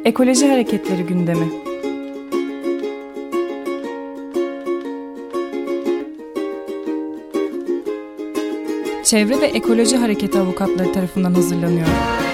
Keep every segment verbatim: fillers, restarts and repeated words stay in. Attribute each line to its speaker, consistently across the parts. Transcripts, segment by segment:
Speaker 1: Ekoloji hareketleri gündemi. Çevre ve Ekoloji Hareketi avukatları tarafından hazırlanıyor.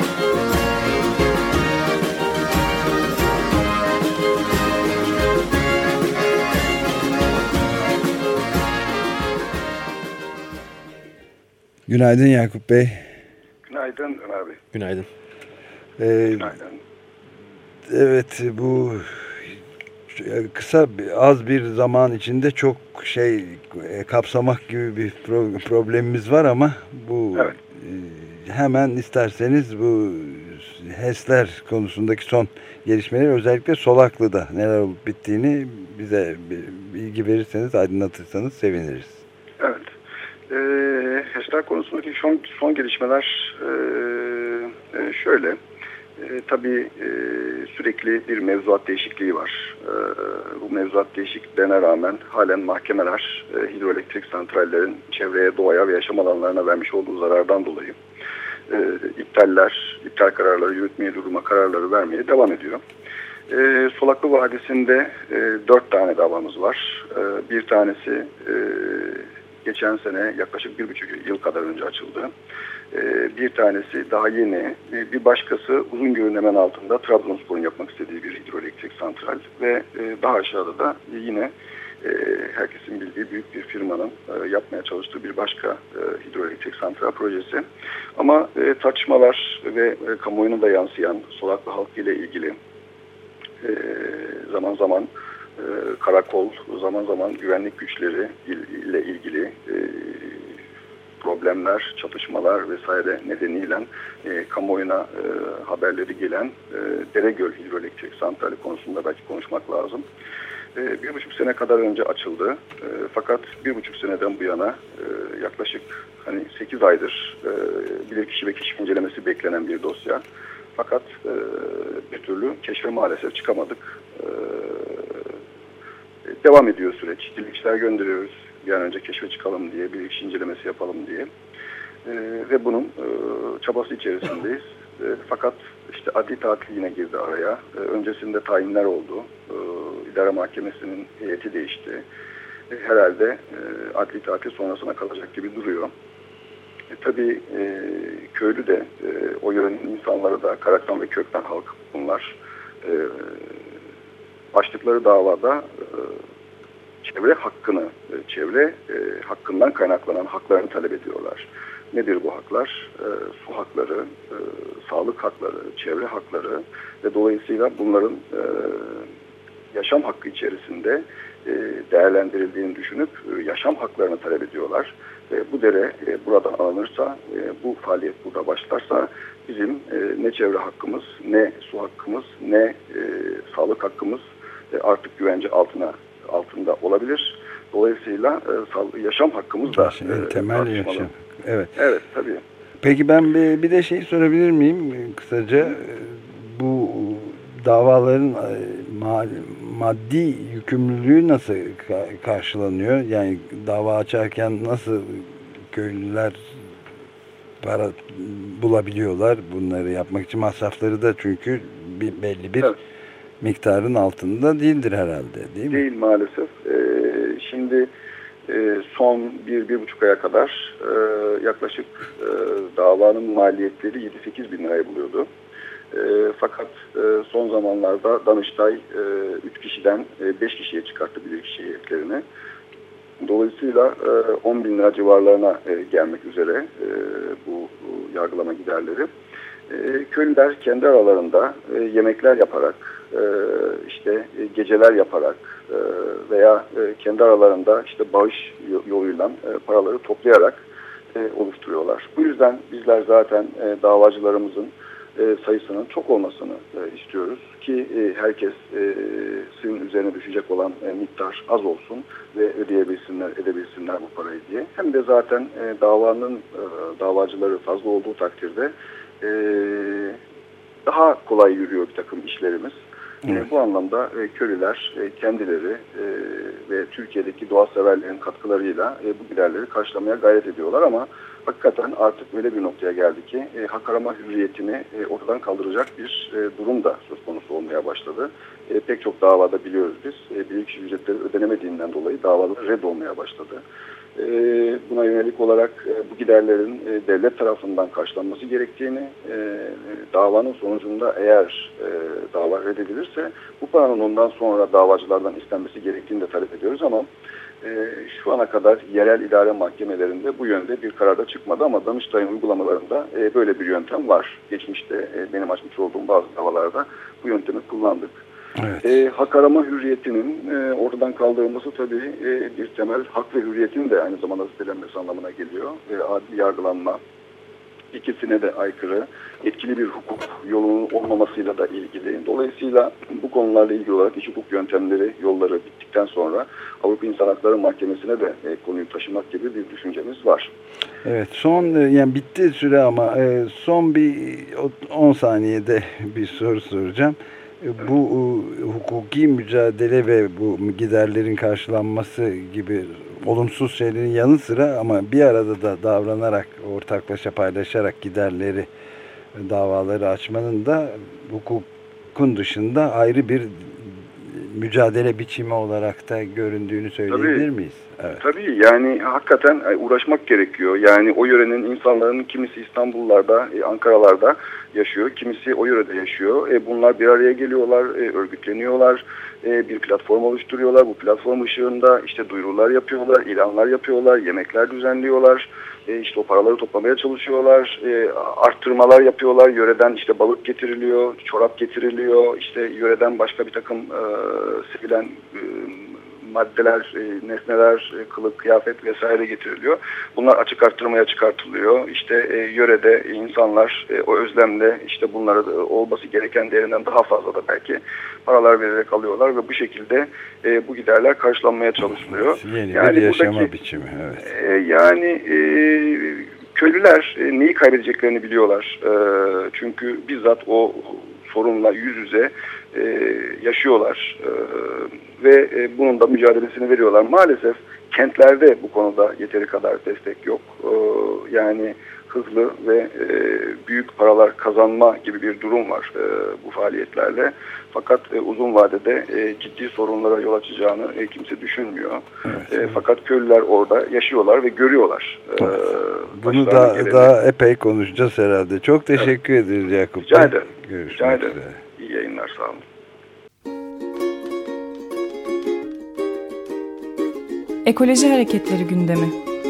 Speaker 2: Günaydın Yakup Bey.
Speaker 3: Günaydın Ömer Bey.
Speaker 4: Günaydın.
Speaker 2: Ee,
Speaker 3: Günaydın.
Speaker 2: Evet, bu kısa az bir zaman içinde çok şey kapsamak gibi bir problemimiz var ama bu
Speaker 3: evet.
Speaker 2: Hemen isterseniz bu HES'ler konusundaki son gelişmeleri, özellikle Solaklı'da neler olup bittiğini bize bilgi verirseniz, aydınlatırsanız seviniriz.
Speaker 3: Evet. E, HES'ler konusundaki son, son gelişmeler e, e, şöyle. E, tabii e, sürekli bir mevzuat değişikliği var. E, bu mevzuat değişikliklerine rağmen halen mahkemeler e, hidroelektrik santrallerin çevreye, doğaya ve yaşam alanlarına vermiş olduğu zarardan dolayı e, iptaller, iptal kararları, yürütmeye durma kararları vermeye devam ediyor. E, Solaklı Vadisi'nde e, dört tane davamız var. E, bir tanesi e, geçen sene yaklaşık bir buçuk yıl kadar önce açıldı. Bir tanesi daha yeni, bir başkası Uzungöl'ün hemen altında Trabzonspor'un yapmak istediği bir hidroelektrik santral ve daha aşağıda da yine herkesin bildiği büyük bir firmanın yapmaya çalıştığı bir başka hidroelektrik santral projesi. Ama tartışmalar ve kamuoyuna da yansıyan Solaklı halkı ile ilgili zaman zaman karakol, zaman zaman güvenlik güçleri ile ilgili problemler, çatışmalar vesaire nedeniyle e, kamuoyuna e, haberleri gelen e, Deregöl Hidroelektrik Santrali konusunda belki konuşmak lazım. E, bir buçuk sene kadar önce açıldı. E, fakat bir buçuk seneden bu yana e, yaklaşık hani sekiz aydır e, bilirkişi ve keşif incelemesi beklenen bir dosya. Fakat e, bir türlü keşfe maalesef çıkamadık. E, devam ediyor süreç. Dilekçeler gönderiyoruz. Bir an önce keşfe çıkalım diye, bilirkişi incelemesi yapalım diye. E, ve bunun e, çabası içerisindeyiz. E, fakat işte adli tatil yine girdi araya. E, öncesinde tayinler oldu. E, İdare Mahkemesi'nin heyeti değişti. E, herhalde e, adli tatil sonrasına kalacak gibi duruyor. E, tabii e, köylü de, e, o yörenin insanları da, Karaktan ve Kökten halk bunlar e, açtıkları davada e, çevre hakkını, çevre e, hakkından kaynaklanan haklarını talep ediyorlar. Nedir bu haklar? E, su hakları, e, sağlık hakları, çevre hakları ve dolayısıyla bunların e, yaşam hakkı içerisinde e, değerlendirildiğini düşünüp e, yaşam haklarını talep ediyorlar. Ve bu dere e, buradan alınırsa, e, bu faaliyet burada başlarsa bizim e, ne çevre hakkımız, ne su hakkımız, ne e, sağlık hakkımız e, artık güvence altına altında olabilir. Dolayısıyla e, yaşam hakkımız da
Speaker 2: şey, e, temel yaşam. Evet.
Speaker 3: Evet, tabii.
Speaker 2: Peki ben bir, bir de şey sorabilir miyim kısaca? Bu davaların maddi yükümlülüğü nasıl karşılanıyor? Yani dava açarken nasıl köylüler para bulabiliyorlar bunları yapmak için? Masrafları da çünkü bir, belli bir evet. miktarın altında değildir herhalde, değil mi?
Speaker 3: Değil maalesef. Ee, şimdi e, son bir, bir buçuk aya kadar e, yaklaşık e, davanın maliyetleri yedi sekiz bin lirayı buluyordu. E, fakat e, son zamanlarda Danıştay e, üç kişiden e, beş kişiye çıkarttı bilirkişi heyetlerini. Dolayısıyla e, on bin lira civarlarına e, gelmek üzere e, bu, bu yargılama giderleri. E, köylüler kendi aralarında e, yemekler yaparak, e, işte e, geceler yaparak e, veya e, kendi aralarında işte bağış yoluyla e, paraları toplayarak e, oluşturuyorlar. Bu yüzden bizler zaten e, davacılarımızın e, sayısının çok olmasını e, istiyoruz ki e, herkes e, suyun üzerine düşecek olan e, miktar az olsun ve ödeyebilsinler, edebilsinler bu parayı diye. Hem de zaten e, davanın e, davacıları fazla olduğu takdirde e, daha kolay yürüyor bir takım işlerimiz. Evet. E, bu anlamda e, köylüler e, kendileri e, ve Türkiye'deki doğa severlerin katkılarıyla e, bu giderleri karşılamaya gayret ediyorlar ama hakikaten artık öyle bir noktaya geldi ki e, hak arama hürriyetini e, ortadan kaldıracak bir e, durum da söz konusu olmaya başladı. E, pek çok davada biliyoruz biz. E, bilirkişi ücretleri ödenemediğinden dolayı davalar reddolmaya başladı. E, buna yönelik olarak e, bu giderlerin e, devlet tarafından karşılanması gerektiğini, e, davanın sonucunda eğer e, dava reddedilirse bu paranın ondan sonra davacılardan istenmesi gerektiğini de talep ediyoruz ama e, şu ana kadar yerel idare mahkemelerinde bu yönde bir kararda çıkmadı ama Danıştay'ın uygulamalarında e, böyle bir yöntem var. Geçmişte e, benim açmış olduğum bazı davalarda bu yöntemi kullandık. Evet. E, hak arama hürriyetinin e, ortadan kaldırılması tabii e, bir temel hak ve hürriyetin de aynı zamanda zedelenmesi anlamına geliyor. E, adil yargılanma ikisine de aykırı, etkili bir hukuk yolunun olmamasıyla da ilgili. Dolayısıyla bu konularla ilgili olarak iç hukuk yöntemleri, yolları bittikten sonra Avrupa İnsan Hakları Mahkemesi'ne de e, konuyu taşımak gibi bir düşüncemiz var.
Speaker 2: Evet, son yani bitti süre ama e, son bir on saniyede bir soru soracağım. Bu e, hukuki mücadele ve bu giderlerin karşılanması gibi olumsuz şeylerin yanı sıra ama bir arada da davranarak, ortaklaşa paylaşarak giderleri, davaları açmanın da hukukun dışında ayrı bir mücadele biçimi olarak da göründüğünü söyleyebilir
Speaker 3: tabii,
Speaker 2: miyiz? Evet.
Speaker 3: Tabii yani hakikaten uğraşmak gerekiyor. Yani o yörenin insanların kimisi İstanbullarda, Ankaralarda yaşıyor, kimisi o yörede yaşıyor. E, bunlar bir araya geliyorlar, e, örgütleniyorlar, e, bir platform oluşturuyorlar. Bu platform ışığında işte duyurular yapıyorlar, ilanlar yapıyorlar, yemekler düzenliyorlar. E, işte o paraları toplamaya çalışıyorlar, e, arttırmalar yapıyorlar. Yöreden işte balık getiriliyor, çorap getiriliyor, işte yöreden başka bir takım e, sevilen e, maddeler, e, nesneler, e, kılık, kıyafet vesaire getiriliyor. Bunlar açık arttırmaya çıkartılıyor. İşte e, yörede insanlar e, o özlemle işte bunlara da, olması gereken değerinden daha fazla da belki paralar vererek alıyorlar ve bu şekilde e, bu giderler karşılanmaya çalışılıyor.
Speaker 2: Yeni
Speaker 3: yani
Speaker 2: bir yaşama
Speaker 3: buradaki,
Speaker 2: biçimi. Evet.
Speaker 3: E, yani e, köylüler e, neyi kaybedeceklerini biliyorlar. E, çünkü bizzat o sorunla yüz yüze e, yaşıyorlar e, ve e, bunun da mücadelesini veriyorlar. Maalesef kentlerde bu konuda yeteri kadar destek yok. E, yani hızlı ve e, büyük paralar kazanma gibi bir durum var e, bu faaliyetlerle. Fakat e, uzun vadede e, ciddi sorunlara yol açacağını e, kimse düşünmüyor. Evet. E, fakat köylüler orada yaşıyorlar ve görüyorlar. E,
Speaker 2: evet. Bunu da geleni. Daha epey konuşacağız herhalde. Çok teşekkür evet. ederiz Yakup Bey.
Speaker 3: Rica ederim.
Speaker 2: Görüşmek
Speaker 3: Rica ederim.
Speaker 2: üzere.
Speaker 3: İyi yayınlar, sağ olun.
Speaker 1: Ekoloji hareketleri gündemi.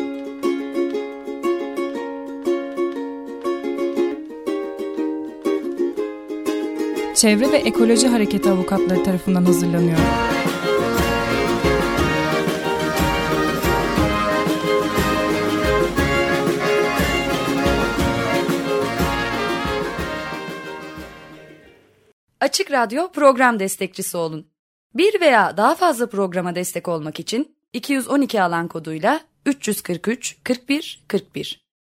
Speaker 1: Çevre ve Ekoloji Hareketi avukatları tarafından hazırlanıyor.
Speaker 4: Açık Radyo program destekçisi olun. Bir veya daha fazla programa destek olmak için iki yüz on iki alan koduyla üç yüz kırk üç kırk bir kırk bir